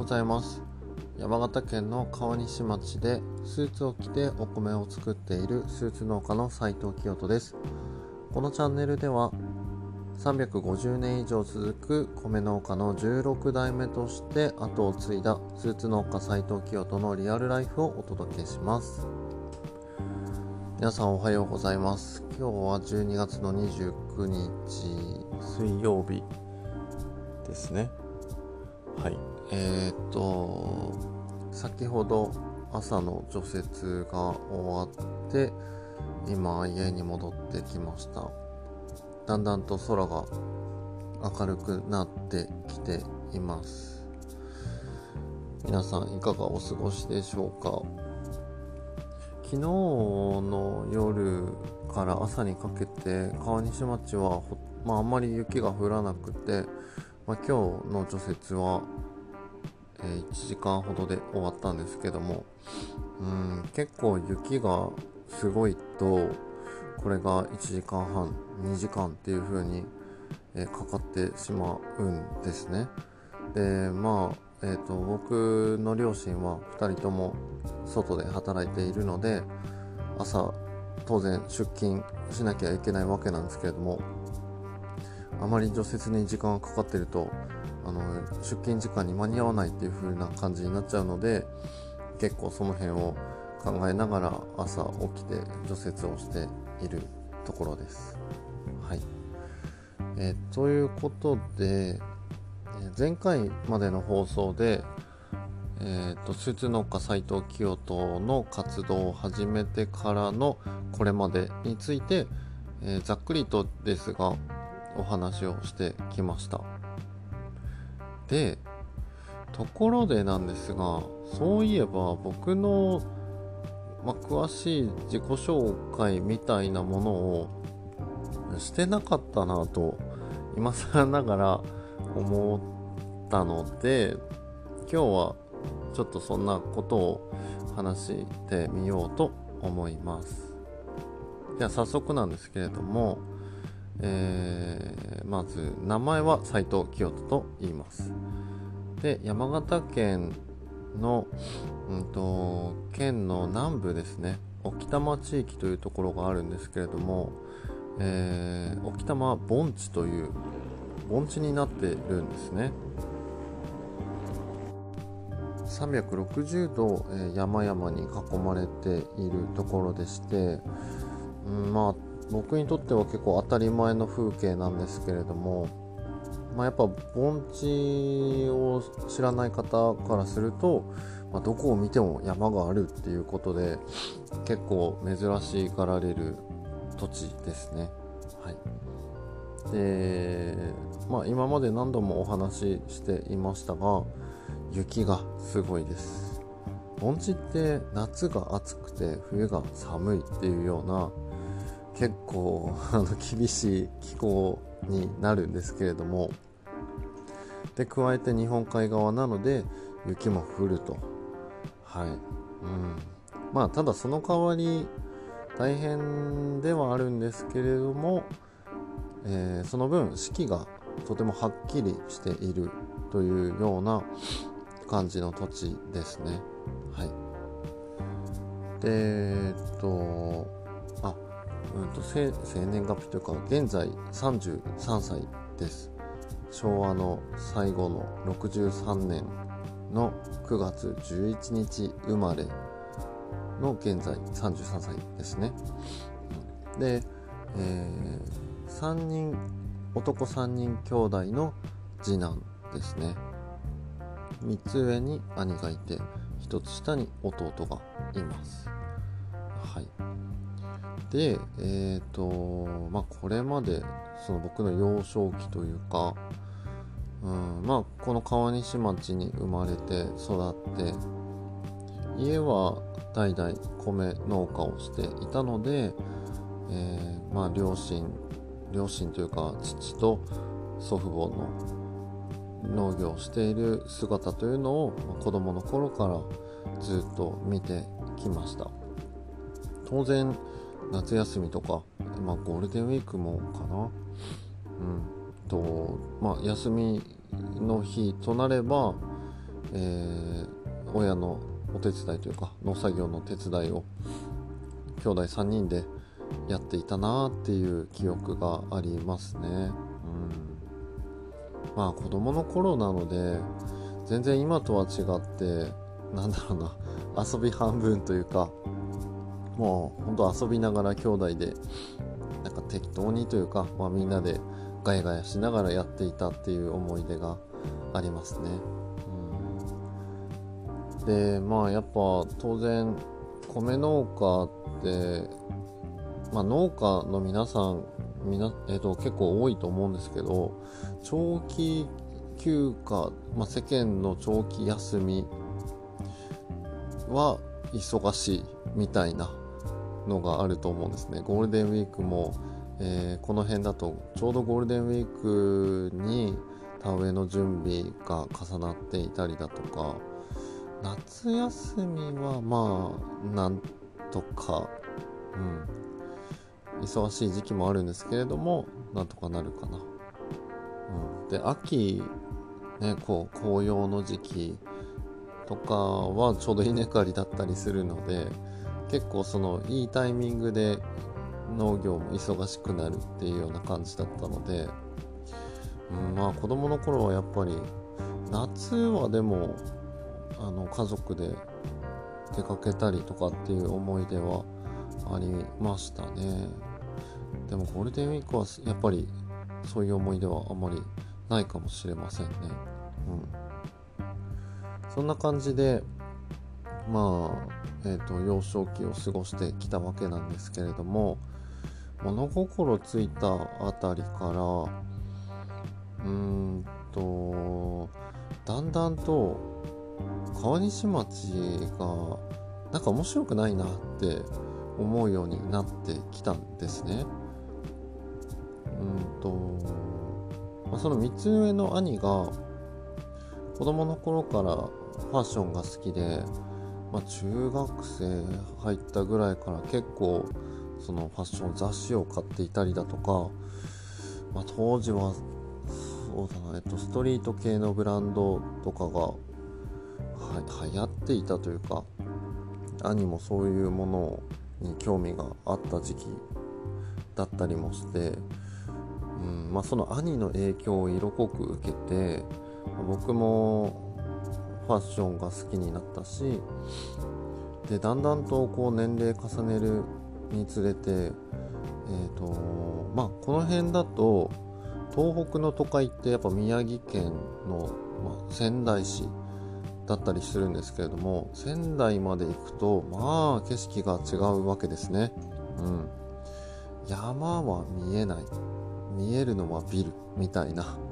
ございます。山形県の川西町でスーツを着てお米を作っているスーツ農家の斉藤清人です。このチャンネルでは350年以上続く米農家の16代目として後を継いだスーツ農家斉藤清人のリアルライフをお届けします。皆さんおはようございます。今日は12月の29日水曜日ですね。はい。先ほど朝の除雪が終わって今家に戻ってきました。だんだんと空が明るくなってきています。皆さんいかがお過ごしでしょうか。昨日の夜から朝にかけて川西町はあんまり雪が降らなくて、今日の除雪は、1時間ほどで終わったんですけども、結構雪がすごいとこれが1時間半2時間っていう風に、かかってしまうんですね。で僕の両親は2人とも外で働いているので朝当然出勤しなきゃいけないわけなんですけれども、あまり除雪に時間がかかっていると出勤時間に間に合わないっていう風な感じになっちゃうので、結構その辺を考えながら朝起きて除雪をしているところです。はい。ということで前回までの放送でスーツ農家斉藤清人の活動を始めてからのこれまでについて、ざっくりとですがお話をしてきました。で、ところでなんですが、そういえば僕の、詳しい自己紹介みたいなものをしてなかったなと今更ながら思ったので、今日はちょっとそんなことを話してみようと思います。じゃあ早速なんですけれども、まず名前は斉藤清人と言います。で、山形県の、県の南部ですね、置賜地域というところがあるんですけれども、置賜盆地という盆地になっているんですね。360度、山々に囲まれているところでして、僕にとっては結構当たり前の風景なんですけれども、やっぱ盆地を知らない方からすると、どこを見ても山があるっていうことで結構珍しがられる土地ですね。はい。で、今まで何度もお話ししていましたが、雪がすごいです。盆地って夏が暑くて冬が寒いっていうような結構厳しい気候になるんですけれども、で加えて日本海側なので雪も降ると。はい。ただその代わり大変ではあるんですけれども、その分四季がとてもはっきりしているというような感じの土地ですね。はい。で生年月日というか現在33歳です。昭和の最後の63年の9月11日生まれの現在33歳ですね。で、男3人兄弟の次男ですね。3つ上に兄がいて1つ下に弟がいます。はい。で、これまでその僕の幼少期というか、この川西町に生まれて育って家は代々米農家をしていたので、両親というか父と祖父母の農業をしている姿というのを、子供の頃からずっと見てきました。当然夏休みとか、ゴールデンウィークもかな、休みの日となれば、 親のお手伝いというか農作業の手伝いを兄弟3人でやっていたなっていう記憶がありますね。まあ子供の頃なので全然今とは違って遊び半分というか、もう本当遊びながら兄弟でなんか適当にというか、みんなでガヤガヤしながらやっていたっていう思い出がありますね。でやっぱ当然米農家って農家の皆さん結構多いと思うんですけど、長期休暇、世間の長期休みは忙しいみたいなのがあると思うんですね。ゴールデンウィークも、この辺だとちょうどゴールデンウィークに田植えの準備が重なっていたりだとか、夏休みはなんとか、忙しい時期もあるんですけれどもなんとかなるかな。で秋ね、紅葉の時期とかはちょうど稲刈りだったりするので、結構いいタイミングで農業も忙しくなるっていうような感じだったので、子供の頃はやっぱり夏はでも家族で出かけたりとかっていう思い出はありましたね。でもゴールデンウィークはやっぱりそういう思い出はあまりないかもしれませんね。そんな感じで幼少期を過ごしてきたわけなんですけれども、物心ついたあたりからだんだんと川西町がなんか面白くないなって思うようになってきたんですね。その3つ上の兄が子供の頃からファッションが好きで、中学生入ったぐらいから結構そのファッション雑誌を買っていたりだとか、当時はストリート系のブランドとかが流行っていたというか、兄もそういうものに興味があった時期だったりもして、その兄の影響を色濃く受けて僕もファッションが好きになったし、でだんだんと年齢重ねるにつれてこの辺だと東北の都会ってやっぱ宮城県の、仙台市だったりするんですけれども、仙台まで行くと景色が違うわけですね。山は見えない、見えるのはビルみたいな、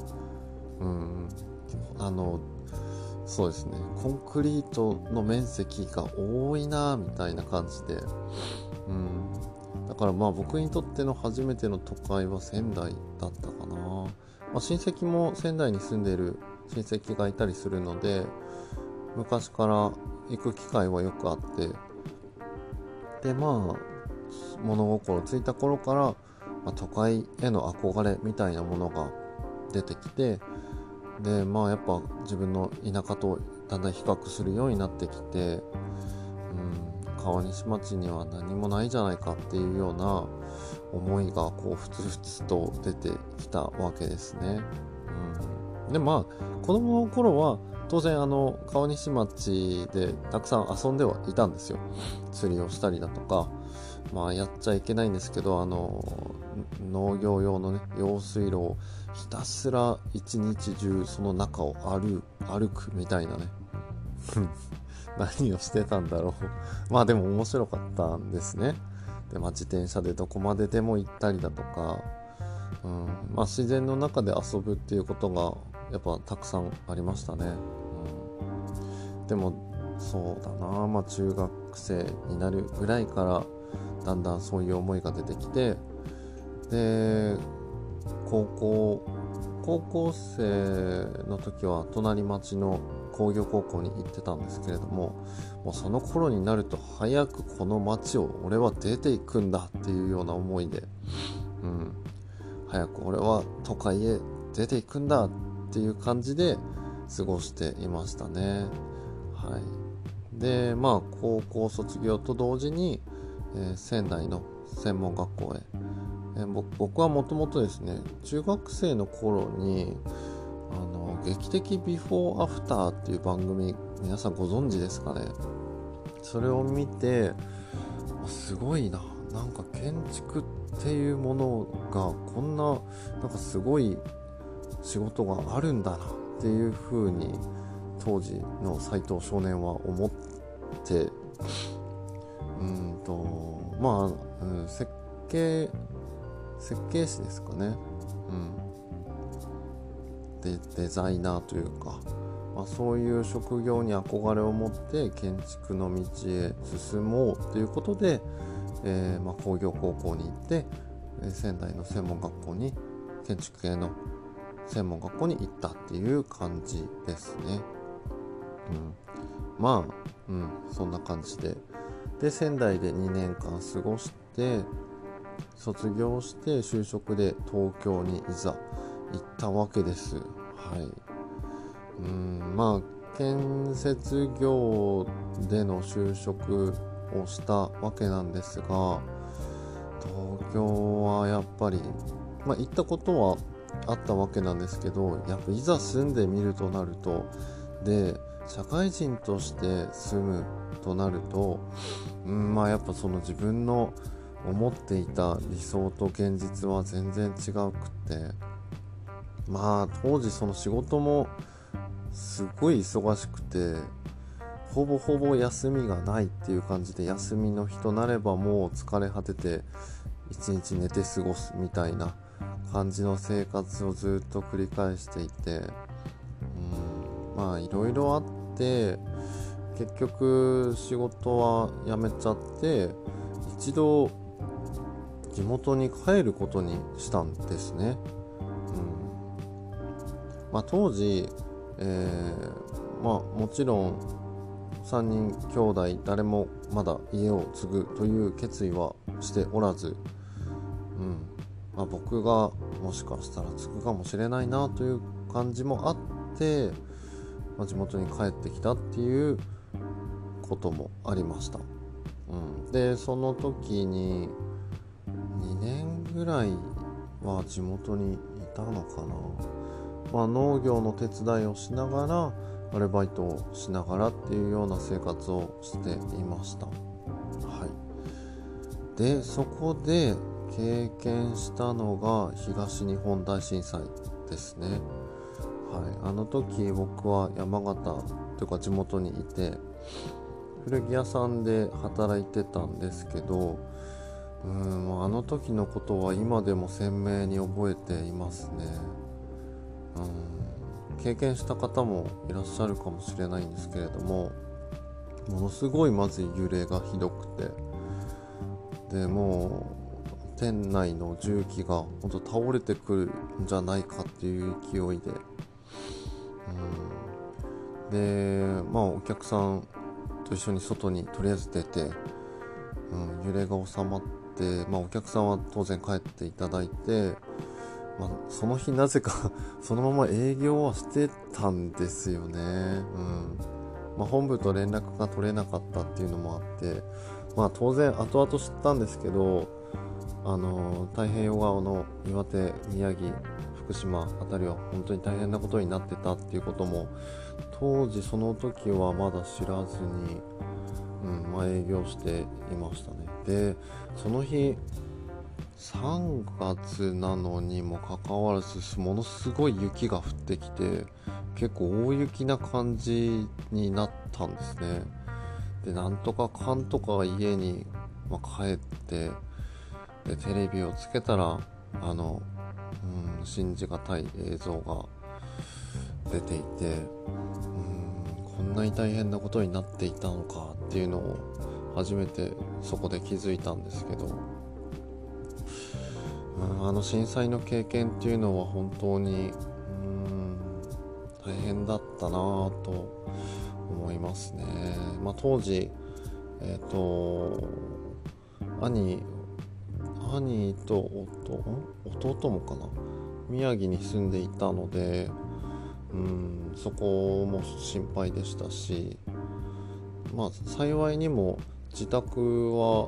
そうですね、コンクリートの面積が多いなみたいな感じで、だから僕にとっての初めての都会は仙台だったかな。親戚も仙台に住んでいる親戚がいたりするので、昔から行く機会はよくあって、で物心ついた頃から、都会への憧れみたいなものが出てきて、でやっぱ自分の田舎とだんだん比較するようになってきて、川西町には何もないじゃないかっていうような思いがふつふつと出てきたわけですね。で子供の頃は当然川西町でたくさん遊んではいたんですよ。釣りをしたりだとか、やっちゃいけないんですけど農業用のね用水路をひたすら一日中その中を歩くみたいなね何をしてたんだろうでも面白かったんですね。で自転車でどこまででも行ったりだとか、自然の中で遊ぶっていうことがやっぱたくさんありましたね。でもそうだな、中学生になるぐらいからだんだんそういう思いが出てきて、で高校生の時は隣町の工業高校に行ってたんですけれども、もうその頃になると早くこの町を俺は出ていくんだっていうような思いで、早く俺は都会へ出ていくんだっていう感じで過ごしていましたね。はい。で高校卒業と同時に、仙台の専門学校へ、僕はもともとですね、中学生の頃に劇的ビフォーアフターっていう番組、皆さんご存知ですかね。それを見てすごいな、なんか建築っていうものがこんななんかすごい仕事があるんだなっていう風に当時の斉藤少年は思って、設計士ですかね、デザイナーというか、そういう職業に憧れを持って建築の道へ進もうということで、工業高校に行って、仙台の専門学校に、建築系の専門学校に行ったっていう感じですね。そんな感じで仙台で2年間過ごして、卒業して就職で東京にいざ行ったわけです。はい。建設業での就職をしたわけなんですが、東京はやっぱり行ったことはあったわけなんですけど、やっぱいざ住んでみるとなると、で社会人として住むとなると、やっぱその自分の思っていた理想と現実は全然違くて、当時その仕事もすごい忙しくて、ほぼほぼ休みがないっていう感じで、休みの日となればもう疲れ果てて一日寝て過ごすみたいな感じの生活をずっと繰り返していて、いろいろあって結局仕事は辞めちゃって、一度地元に帰ることにしたんですね。当時、もちろん3人兄弟誰もまだ家を継ぐという決意はしておらず、僕がもしかしたら継ぐかもしれないなという感じもあって、地元に帰ってきたっていうこともありました。でその時に2年ぐらいは地元にいたのかな。農業の手伝いをしながらアルバイトをしながらっていうような生活をしていました。でそこで経験したのが東日本大震災ですね。あの時僕は山形というか地元にいて、古着屋さんで働いてたんですけど、あの時のことは今でも鮮明に覚えていますね。経験した方もいらっしゃるかもしれないんですけれども、ものすごいまず揺れがひどくて、でもう店内の重機が本当倒れてくるんじゃないかっていう勢いで、お客さんと一緒に外にとりあえず出て、揺れが収まって、お客さんは当然帰っていただいて、その日なぜかそのまま営業はしてたんですよね。本部と連絡が取れなかったっていうのもあって、当然後々知ったんですけど、太平洋側の岩手、宮城、福島あたりは本当に大変なことになってたっていうことも当時その時はまだ知らずに、営業していましたね。でその日3月なのにもかかわらずものすごい雪が降ってきて、結構大雪な感じになったんですね。でなんとか缶とか家に、帰って、でテレビをつけたら信じがたい映像が出ていて、こんなに大変なことになっていたのかっていうのを初めてそこで気づいたんですけど、震災の経験っていうのは本当に大変だったなぁと思いますね。当時兄と弟もかな、宮城に住んでいたので、 そこも心配でしたし、幸いにも自宅は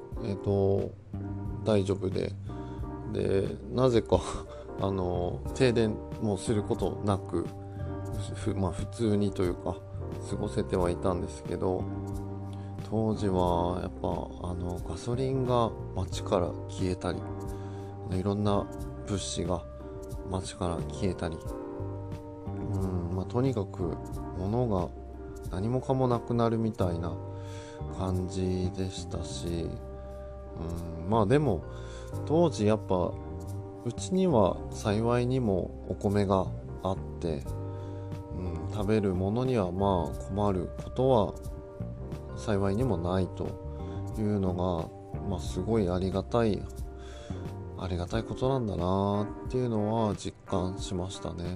大丈夫で、なぜか停電もすることなく普通にというか過ごせてはいたんですけど、当時はやっぱガソリンが街から消えたり、いろんな物資が街から消えたり、とにかく物が何もかもなくなるみたいな感じでしたし、でも当時やっぱうちには幸いにもお米があって、食べるものには困ることは幸いにもないというのが、すごいありがたいことなんだなっていうのは実感しましたね。や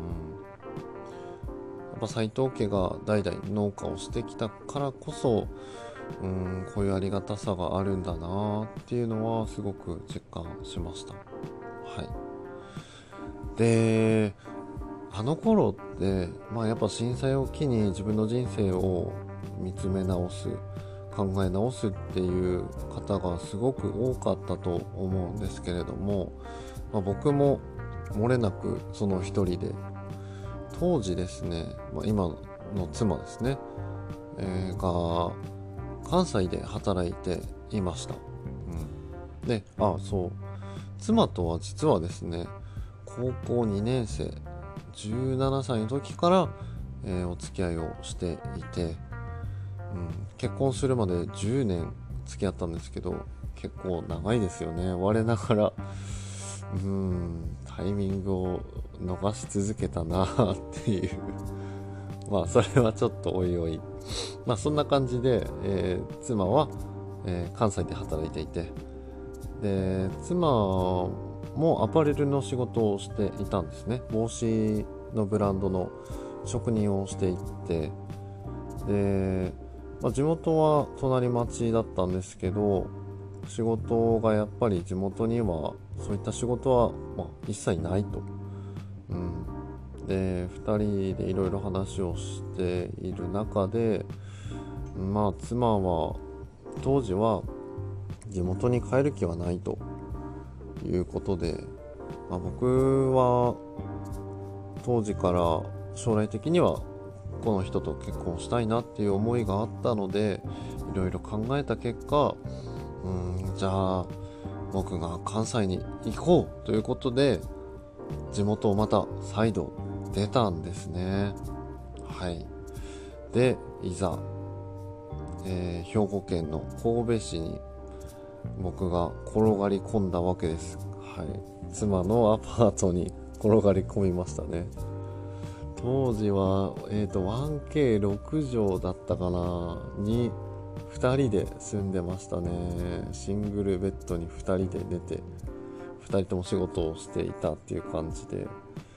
っぱ斉藤家が代々農家をしてきたからこそ、こういうありがたさがあるんだなっていうのはすごく実感しました。はい。で、あの頃ってやっぱ震災を機に自分の人生を見つめ直す、考え直すっていう方がすごく多かったと思うんですけれども、僕も漏れなくその一人で、当時ですね、今の妻ですね、が関西で働いていました。で、妻とは実はですね、高校2年生17歳の時から、お付き合いをしていて、結婚するまで10年付き合ったんですけど、結構長いですよね。我ながらタイミングを逃し続けたなっていうそれはちょっとおいおい、そんな感じで、妻は、関西で働いていて、で妻もアパレルの仕事をしていたんですね。帽子のブランドの職人をしていて、で、地元は隣町だったんですけど、仕事がやっぱり地元にはそういった仕事は、一切ないと。で2人でいろいろ話をしている中で、妻は当時は地元に帰る気はないということで、僕は当時から将来的にはこの人と結婚したいなっていう思いがあったので、いろいろ考えた結果、じゃあ僕が関西に行こうということで、地元をまた再度出たんですね。はい。で、いざ、兵庫県の神戸市に僕が転がり込んだわけです。はい。妻のアパートに転がり込みましたね。当時は、1K6 畳だったかなに2人で住んでましたね。シングルベッドに2人で寝て、2人とも仕事をしていたっていう感じで、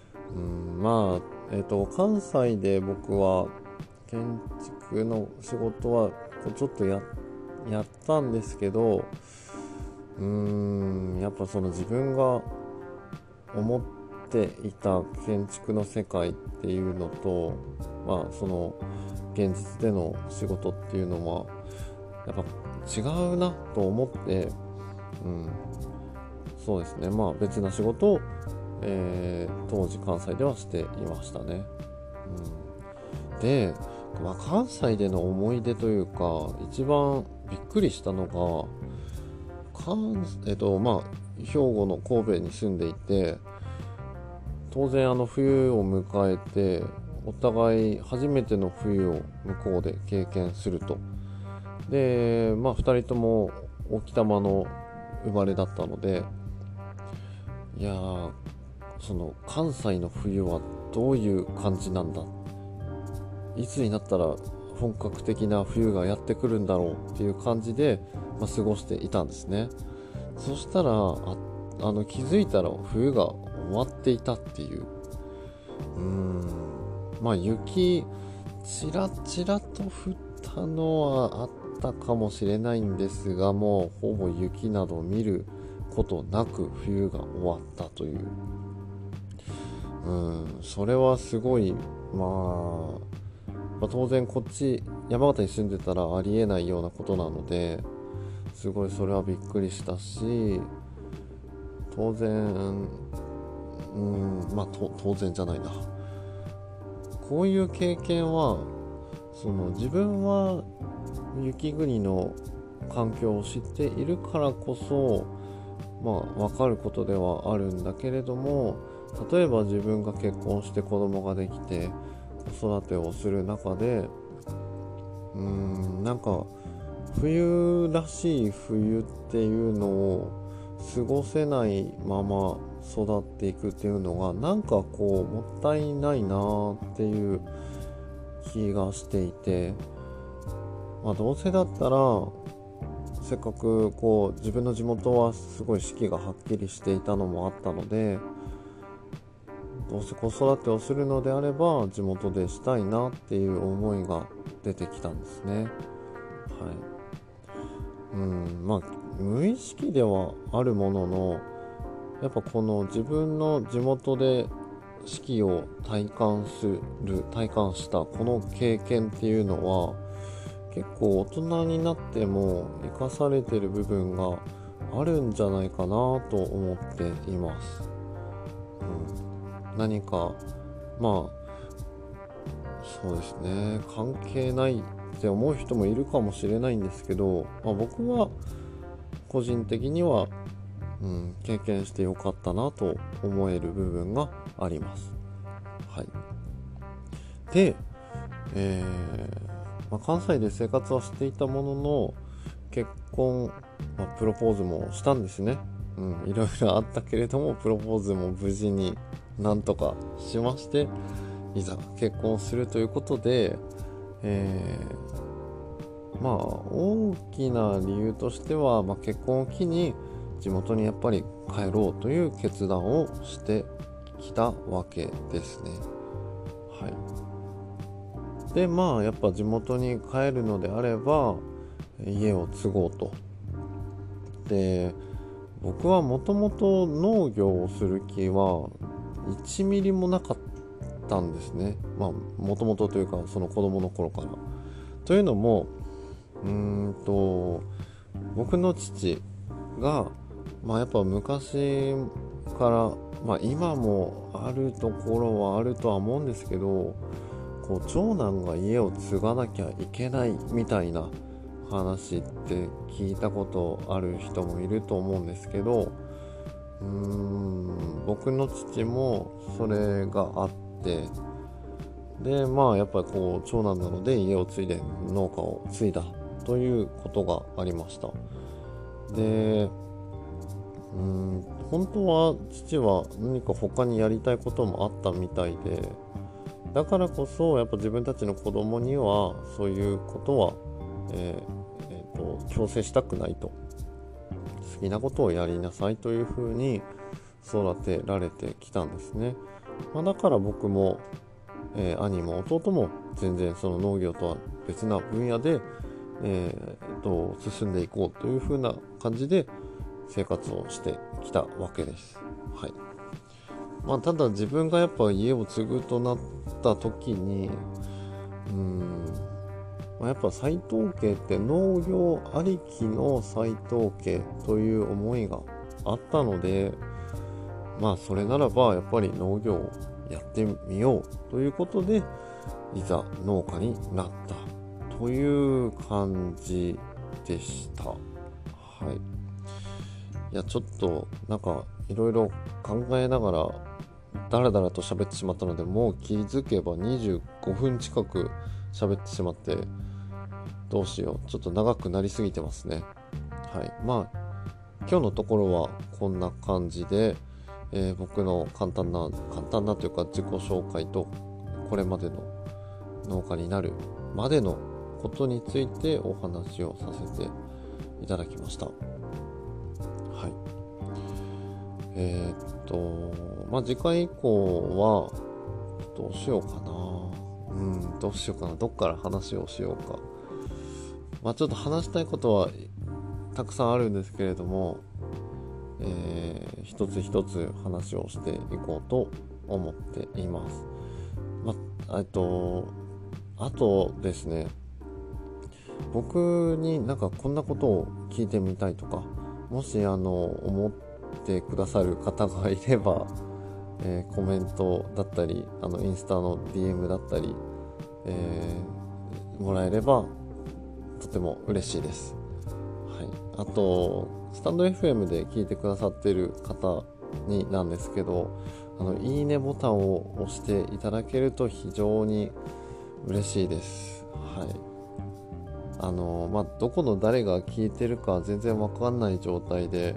関西で僕は建築の仕事はちょっとやったんですけど、やっぱその自分が思っていた建築の世界っていうのと、その現実での仕事っていうのはやっぱ違うなと思って、そうですね、別な仕事を、当時関西ではしていましたね。で、関西での思い出というか、一番びっくりしたのが、兵庫の神戸に住んでいて、当然冬を迎えて、お互い初めての冬を向こうで経験すると。で、2人とも沖多摩の生まれだったので、その関西の冬はどういう感じなんだ、いつになったら本格的な冬がやってくるんだろうっていう感じで、過ごしていたんですね。そしたら気づいたら冬が終わっていたっていう。雪ちらちらと降ったのはあったかもしれないんですが、もうほぼ雪など見ることなく冬が終わったという。 それはすごい、当然こっち山形に住んでたらありえないようなことなので、すごいそれはびっくりしたし、当然当然じゃないな、こういう経験は自分は雪国の環境を知っているからこそ分かることではあるんだけれども、例えば自分が結婚して子供ができて子育てをする中でなんか冬らしい冬っていうのを過ごせないまま育っていくっていうのがなんかもったいないなっていう気がしていて、どうせだったらせっかく自分の地元はすごい四季がはっきりしていたのもあったので、どうせ子育てをするのであれば地元でしたいなっていう思いが出てきたんですね。無意識ではあるものの、やっぱこの自分の地元で四季を体感したこの経験っていうのは結構大人になっても生かされてる部分があるんじゃないかなと思っています。何かそうですね、関係ないって思う人もいるかもしれないんですけど、僕は個人的には、経験してよかったなと思える部分があります。で、関西で生活はしていたものの結婚、プロポーズもしたんですね。いろいろあったけれどもプロポーズも無事になんとかしまして、いざ結婚するということで、大きな理由としては、結婚を機に地元にやっぱり帰ろうという決断をしてきたわけですね。でやっぱ地元に帰るのであれば家を継ごうと。で僕はもともと農業をする気は1ミリもなかったんですね。もともとというかその子供の頃から。というのも僕の父がやっぱ昔から今もあるところはあるとは思うんですけど、長男が家を継がなきゃいけないみたいな話って聞いたことある人もいると思うんですけど、僕の父もそれがあって、でやっぱり長男なので家を継いで農家を継いだということがありました。で本当は父は何か他にやりたいこともあったみたいで、だからこそやっぱ自分たちの子供にはそういうことは、強制したくないと、好きなことをやりなさいというふうに育てられてきたんですね。だから僕も、兄も弟も全然その農業とは別な分野で、進んでいこうというふうな感じで生活をしてきたわけです。ただ自分がやっぱ家を継ぐとなった時にやっぱ斉藤家って農業ありきの斉藤家という思いがあったので、それならばやっぱり農業をやってみようということでいざ農家になったという感じでした。いやちょっといろいろ考えながらだらだらと喋ってしまったので、もう気づけば25分近く喋ってしまって、どうしよう、ちょっと長くなりすぎてますね。今日のところはこんな感じで、僕の簡単なというか自己紹介とこれまでの農家になるまでのことについてお話をさせていただきました。次回以降はどうしようかな。どっから話をしようか。ちょっと話したいことはたくさんあるんですけれども、一つ一つ話をしていこうと思っています。あとですね、僕になんかこんなことを聞いてみたいとか、もし思ってくださる方がいれば、コメントだったりインスタの DM だったり、もらえればとても嬉しいです。はい、あとスタンド FM で聞いてくださっている方になんですけど、いいねボタンを押していただけると非常に嬉しいです。はい。どこの誰が聞いてるか全然わかんない状態で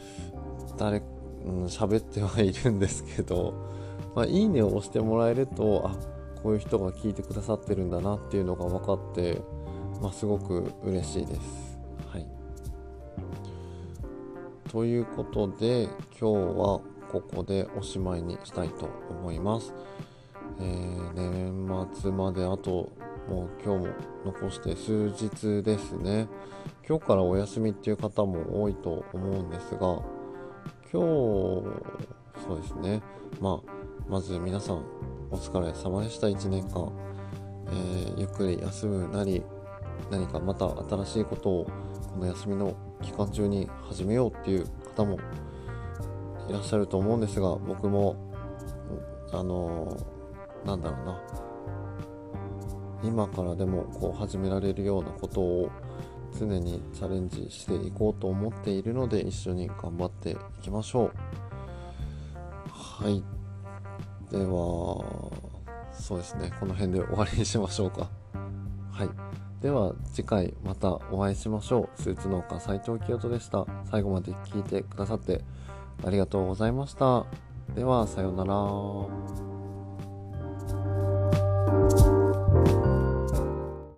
喋ってはいるんですけど、いいねを押してもらえると、こういう人が聞いてくださってるんだなっていうのが分かって、すごく嬉しいです。はい。ということで今日はここでおしまいにしたいと思います。年末まであともう今日も残して数日ですね。今日からお休みっていう方も多いと思うんですが、今日そうですね、まず皆さんお疲れ様でした。1年間、ゆっくり休むなり何かまた新しいことをこの休みの期間中に始めようっていう方もいらっしゃると思うんですが、僕も今からでも始められるようなことを常にチャレンジしていこうと思っているので、一緒に頑張っていきましょう。はい。ではそうですね、この辺で終わりにしましょうか。はい。では次回またお会いしましょう。スーツ農家斉藤清人でした。最後まで聞いてくださってありがとうございました。ではさようなら。